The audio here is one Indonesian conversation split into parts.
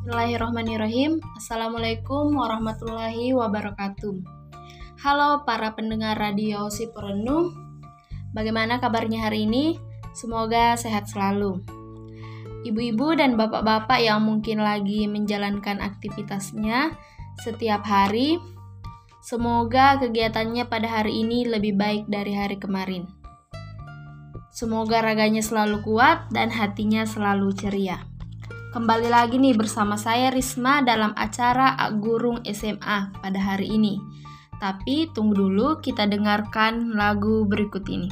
Bismillahirrahmanirrahim. Assalamualaikum warahmatullahi wabarakatuh. Halo para pendengar radio Si Perenung. Bagaimana kabarnya hari ini? Semoga sehat selalu. Ibu-ibu dan bapak-bapak yang mungkin lagi menjalankan aktivitasnya setiap hari, semoga kegiatannya pada hari ini lebih baik dari hari kemarin. Semoga raganya selalu kuat dan hatinya selalu ceria. Kembali lagi nih bersama saya Risma dalam acara Ak Gurung SMA pada hari ini. Tapi tunggu dulu, kita dengarkan lagu berikut ini.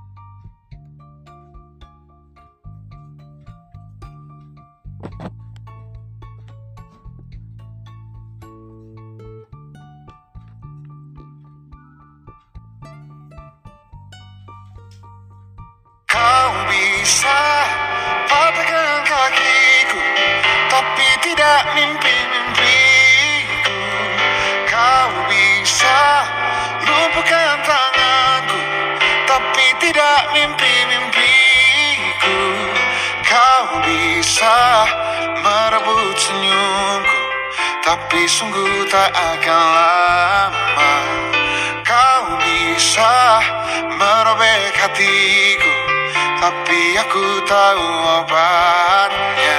Kau bisa patahkan kakiku, tapi tidak mimpi-mimpiku. Kau bisa lumpuhkan tanganku, tapi tidak mimpi-mimpiku. Kau bisa merebut senyumku, tapi sungguh tak akan lama. Kau bisa merobek hatiku, tapi aku tahu obatnya.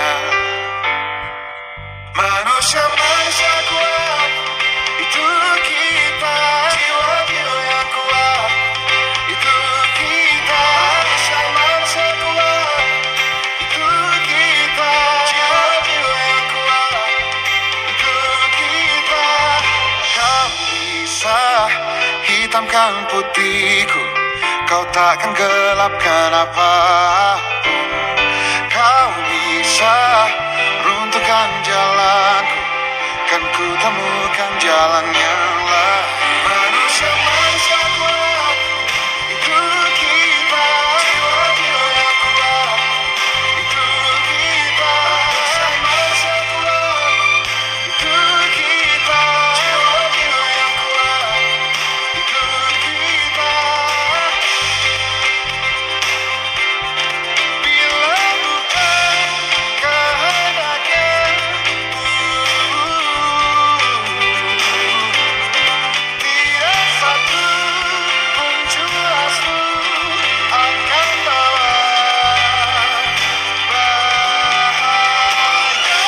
Manusia-manusia kuat, itu kita. Jiwa-jiwa yang kuat, itu kita. Manusia-manusia kuat, itu kita. Jiwa-jiwa yang kuat, itu kita. Kau bisa hitamkan putihku, kau takkan gelapkan apapun. Kau bisa runtuhkan jalanku, kan ku temukan jalan yang lain. Manusia-manusia kuat, itu kita. Jiwa-jiwa yang kuat, itu kita. Manusia-manusia kuat, itu kita. Jiwa-jiwa yang kuat, itu kita. Bila bukan kehendaknya, tidak satu pun jelasmu akan bawa bahaya.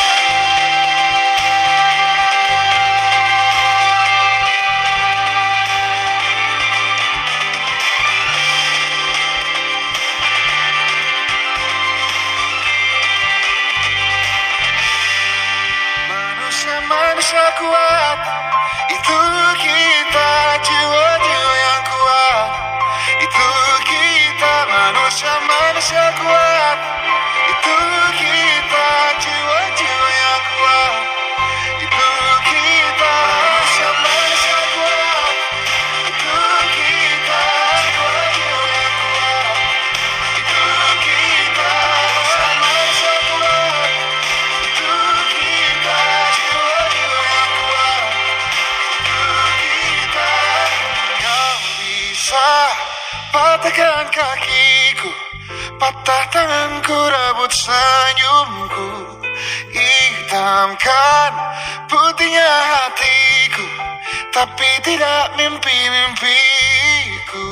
Manusia-manusia kuat, itu kita. Jiwa-jiwa yang kuat, itu kita. Manusia-manusia kuat, itu kita. Jiwa-jiwa yang kuat, itu kita. Manusia-manusia kuat, itu kita. Jiwa-jiwa yang kuat, itu kita. Manusia-manusia kuat, itu kita. Jiwa-jiwa yang kuat, itu kita. Kau bisa patahkan kakiku, patah tanganku, rebut senyumku, hitamkan putihnya hatiku, tapi tidak mimpi-mimpiku.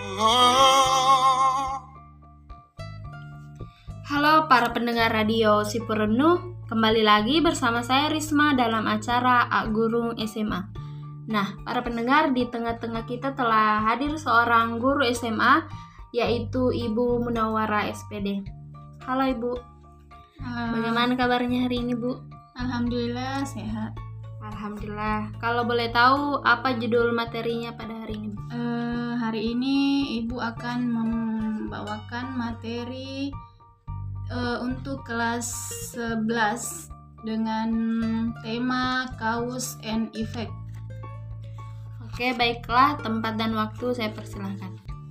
Halo para pendengar radio Si Perenung, kembali lagi bersama saya Risma dalam acara Ak Gurung SMA. Nah, para pendengar, di tengah-tengah kita telah hadir seorang guru SMA, yaitu Ibu Munawwarah SPD. Halo Ibu, bagaimana kabarnya hari ini Bu? Alhamdulillah sehat. Alhamdulillah. Kalau boleh tahu apa judul materinya pada hari ini Bu? Hari ini Ibu akan membawakan materi untuk kelas 11 dengan tema Cause and Effect. Oke, baiklah, tempat dan waktu saya persilahkan.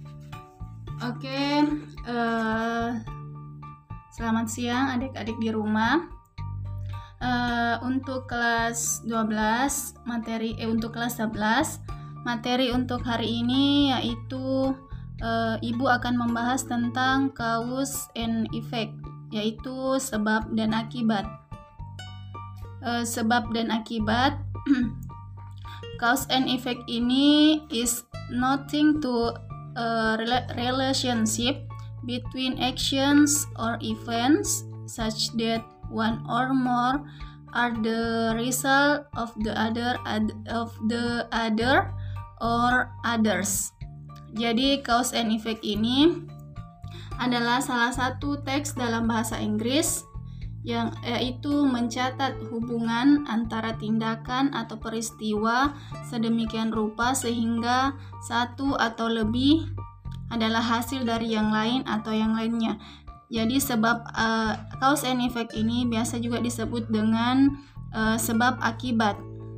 Oke, selamat siang adik-adik di rumah. Untuk kelas 12 untuk kelas 11 materi untuk hari ini yaitu Ibu akan membahas tentang cause and effect, yaitu sebab dan akibat. sebab dan akibat. Cause and effect ini is nothing to a relationship between actions or events such that one or more are the result of the other or others. Jadi cause and effect ini adalah salah satu teks dalam bahasa Inggris yang yaitu mencatat hubungan antara tindakan atau peristiwa sedemikian rupa sehingga satu atau lebih adalah hasil dari yang lain atau yang lainnya. Jadi sebab cause and effect ini biasa juga disebut dengan sebab akibat.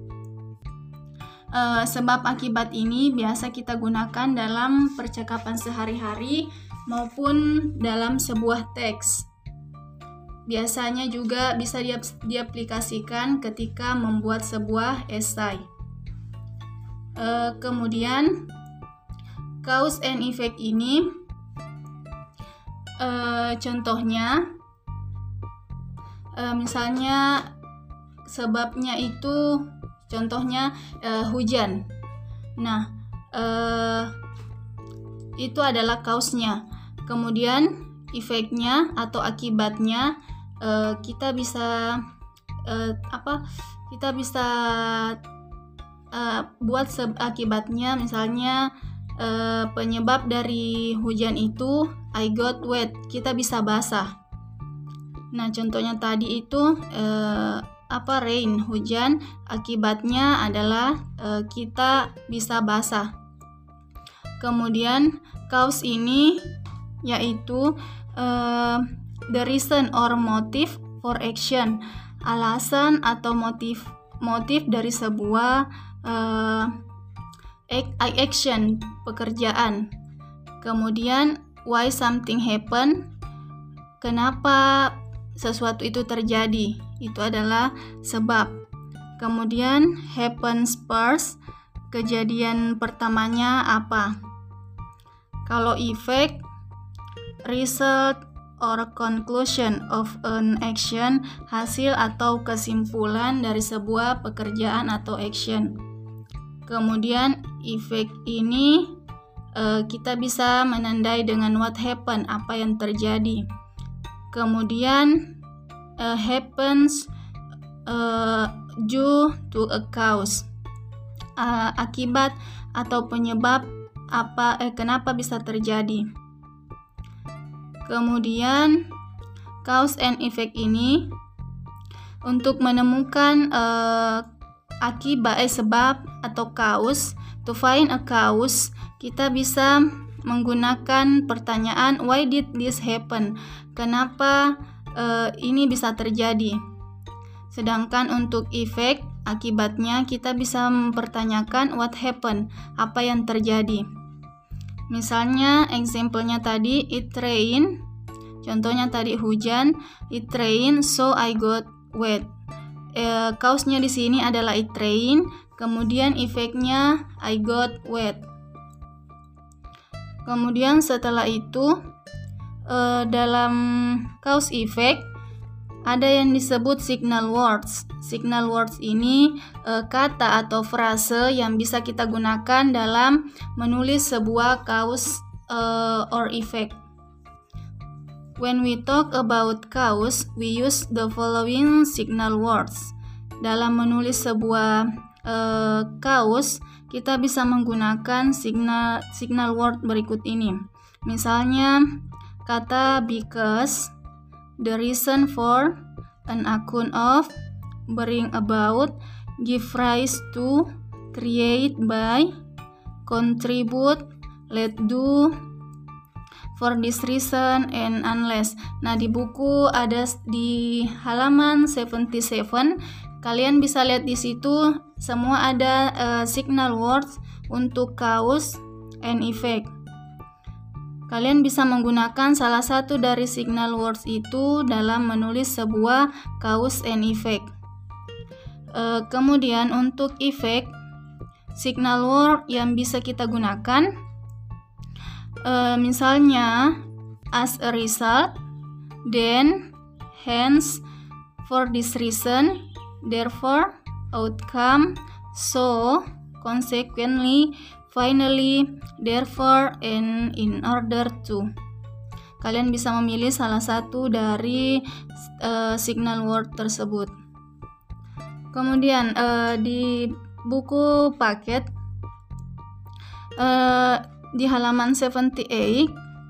Sebab akibat ini biasa kita gunakan dalam percakapan sehari-hari maupun dalam sebuah teks. Biasanya juga bisa diaplikasikan ketika membuat sebuah esai. Kemudian cause and effect ini contohnya misalnya sebabnya itu contohnya hujan. Nah, itu adalah cause-nya. Kemudian efeknya atau akibatnya kita bisa buat akibatnya, misalnya penyebab dari hujan itu I got wet, kita bisa basah. Nah, contohnya tadi itu rain, hujan, akibatnya adalah kita bisa basah. Kemudian cause ini yaitu the reason or motive for action, alasan atau motif dari sebuah action, pekerjaan. Kemudian why something happen, kenapa sesuatu itu terjadi, itu adalah sebab. Kemudian happens first, kejadian pertamanya apa. Kalau effect, result or conclusion of an action, hasil atau kesimpulan dari sebuah pekerjaan atau action. Kemudian efek ini kita bisa menandai dengan what happened, apa yang terjadi. Kemudian happens due to a cause, akibat atau penyebab kenapa bisa terjadi. Kemudian cause and effect ini untuk menemukan sebab atau cause. To find a cause, kita bisa menggunakan pertanyaan why did this happen, kenapa ini bisa terjadi. Sedangkan untuk effect, akibatnya kita bisa mempertanyakan what happened, apa yang terjadi. Misalnya example-nya tadi it rain, contohnya tadi hujan, it rain so I got wet. Cause-nya di sini adalah it rain, kemudian efeknya I got wet. Kemudian setelah itu dalam cause effect ada yang disebut signal words. Signal words ini kata atau frase yang bisa kita gunakan dalam menulis sebuah cause or effect. When we talk about cause, we use the following signal words. Dalam menulis sebuah cause, kita bisa menggunakan signal word berikut ini. Misalnya kata because, the reason for, an account of, bring about, give rise to, create by, contribute, let do, for this reason, and unless. Nah, di buku ada di halaman 77, kalian bisa lihat di situ semua ada signal words untuk cause and effect. Kalian bisa menggunakan salah satu dari signal words itu dalam menulis sebuah cause and effect. Kemudian untuk effect, signal word yang bisa kita gunakan misalnya as a result, then, hence, for this reason, therefore, outcome, so, consequently, finally, therefore, and in order to. Kalian bisa memilih salah satu dari signal word tersebut. Kemudian di buku paket di halaman 78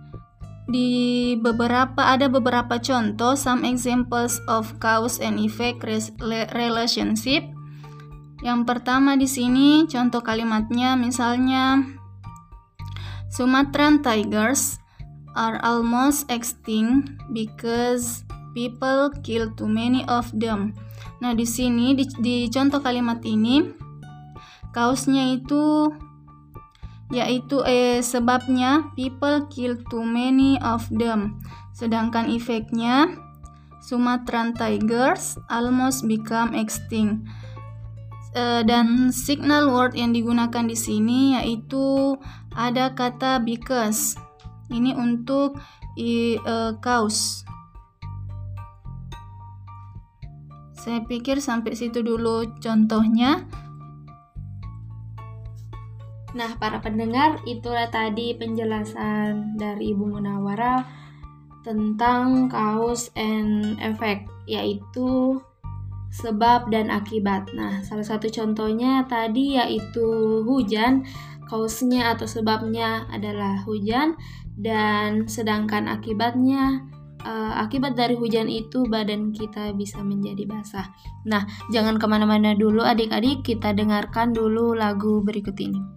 ada beberapa contoh, some examples of cause and effect relationship. Yang pertama di sini contoh kalimatnya, misalnya Sumatran tigers are almost extinct because people kill too many of them. Nah, di sini di contoh kalimat ini kausnya itu yaitu sebabnya people kill too many of them. Sedangkan efeknya Sumatran tigers almost become extinct. Dan signal word yang digunakan di sini yaitu ada kata because. Ini untuk cause. Saya pikir sampai situ dulu contohnya. Nah, para pendengar, itulah tadi penjelasan dari Ibu Munawwarah tentang cause and effect, yaitu sebab dan akibat. Nah, salah satu contohnya tadi yaitu hujan, cause-nya atau sebabnya adalah hujan, dan sedangkan akibatnya, akibat dari hujan itu badan kita bisa menjadi basah. Nah, jangan kemana-mana dulu adik-adik, kita dengarkan dulu lagu berikut ini.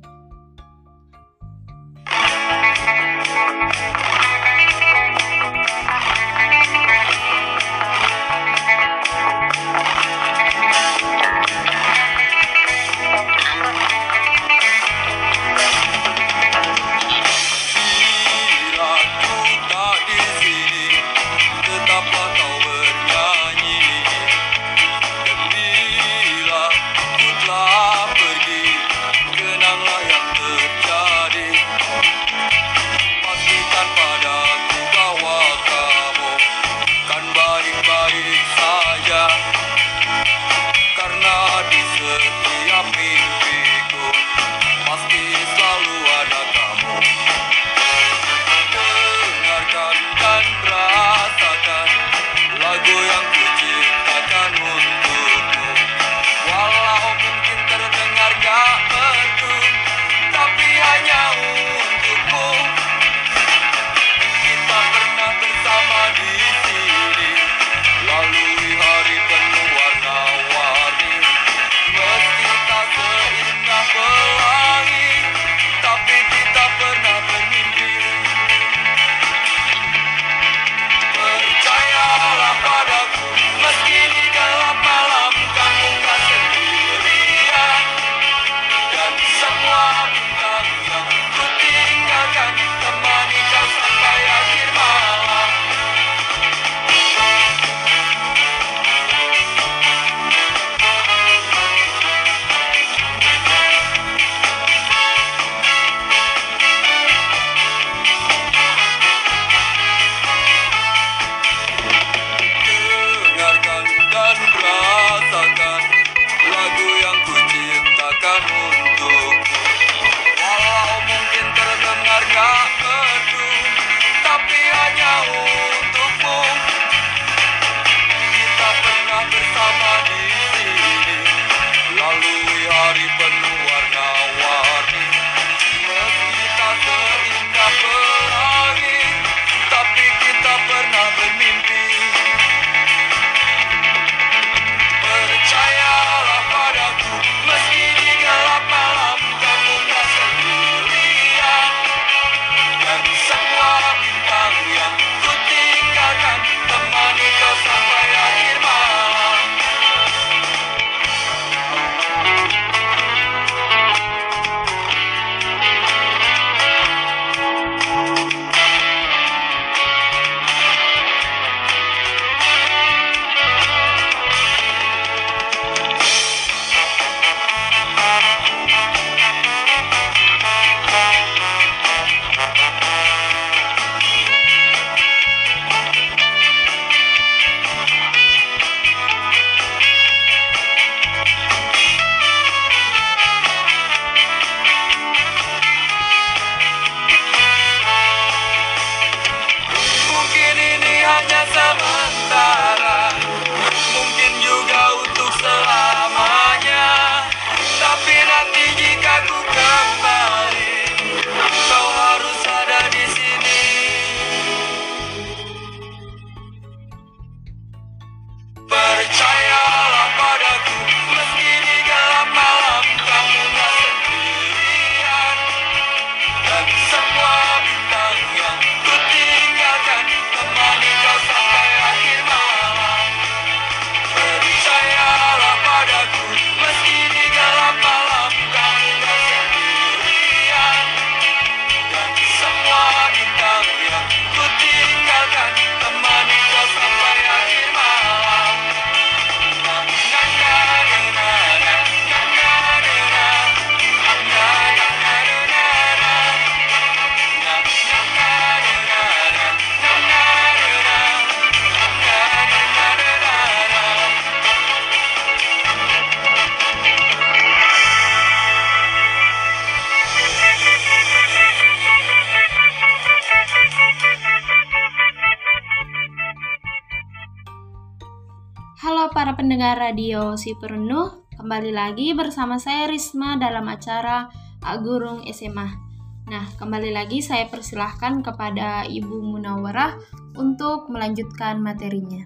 Halo para pendengar radio Si Perenuh, kembali lagi bersama saya Risma dalam acara Agurung SMA. Nah, kembali lagi saya persilahkan kepada Ibu Munawarah untuk melanjutkan materinya.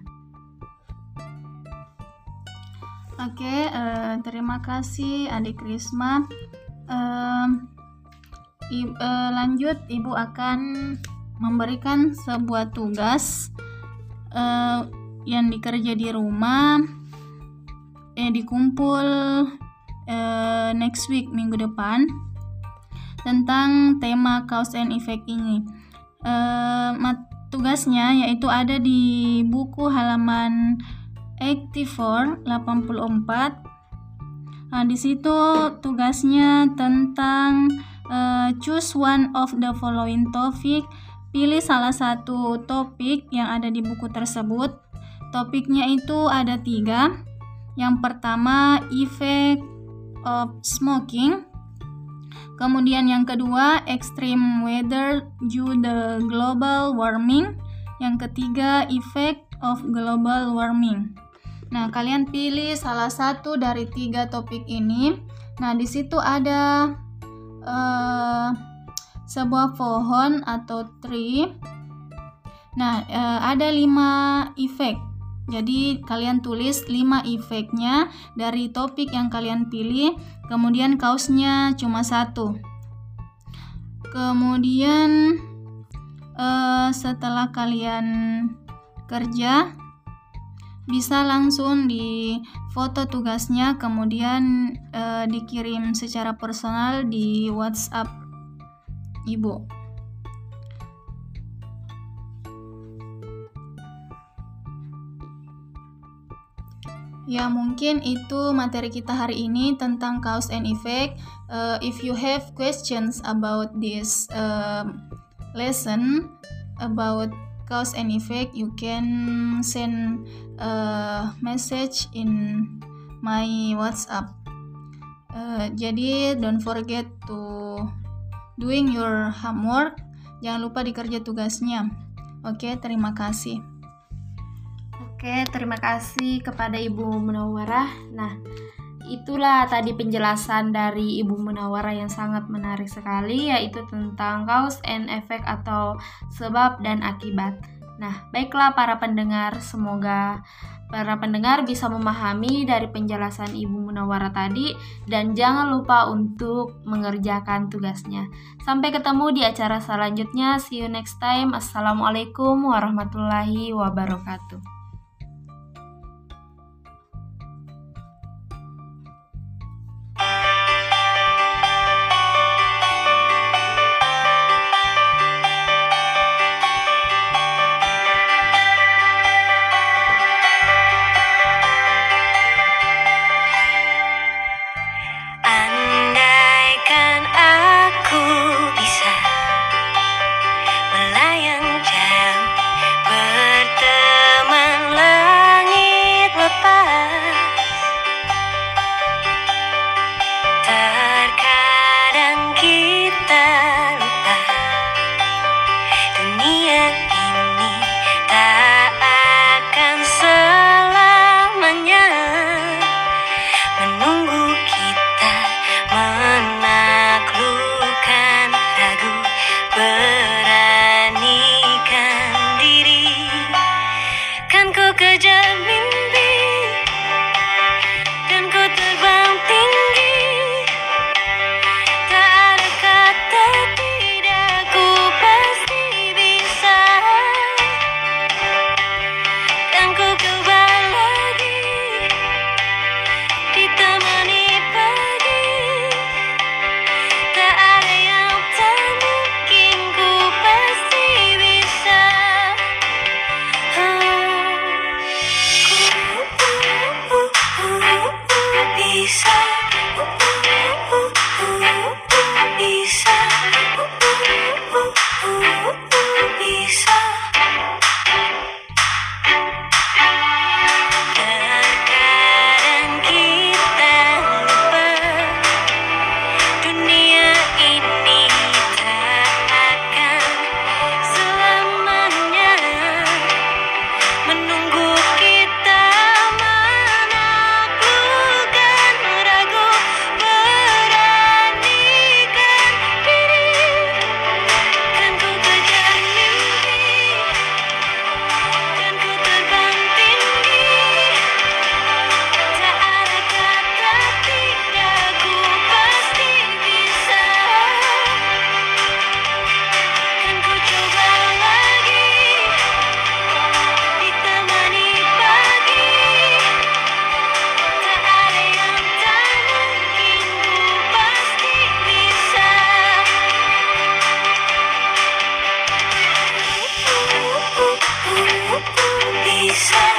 Oke, terima kasih Adik Risma. Lanjut, Ibu akan memberikan sebuah tugas yang dikerja di rumah, dikumpul next week, minggu depan, tentang tema cause and effect ini. Tugasnya yaitu ada di buku halaman 84. Nah, di situ tugasnya tentang choose one of the following topic. Pilih salah satu topik yang ada di buku tersebut. Topiknya itu ada 3. Yang pertama, effect of smoking. Kemudian yang kedua, extreme weather due to global warming. Yang ketiga, effect of global warming. Nah, kalian pilih salah satu dari 3 topik ini. Nah, di situ ada sebuah pohon atau tree. Nah, ada 5 efek. Jadi kalian tulis 5 efeknya dari topik yang kalian pilih. Kemudian kausnya cuma 1. Kemudian setelah kalian kerja, bisa langsung di foto tugasnya, kemudian dikirim secara personal di WhatsApp Ibu. Ya, mungkin itu materi kita hari ini tentang cause and effect. If you have questions about this lesson about cause and effect, you can send a message in my WhatsApp. Jadi don't forget to doing your homework. Jangan lupa dikerja tugasnya. Oke, terima kasih. Oke, terima kasih kepada Ibu Munawarah. Nah, itulah tadi penjelasan dari Ibu Munawarah yang sangat menarik sekali, yaitu tentang cause and effect atau sebab dan akibat. Nah, baiklah para pendengar, semoga para pendengar bisa memahami dari penjelasan Ibu Munawarah tadi, dan jangan lupa untuk mengerjakan tugasnya. Sampai ketemu di acara selanjutnya. See you next time. Assalamualaikum warahmatullahi wabarakatuh. Berteman bisa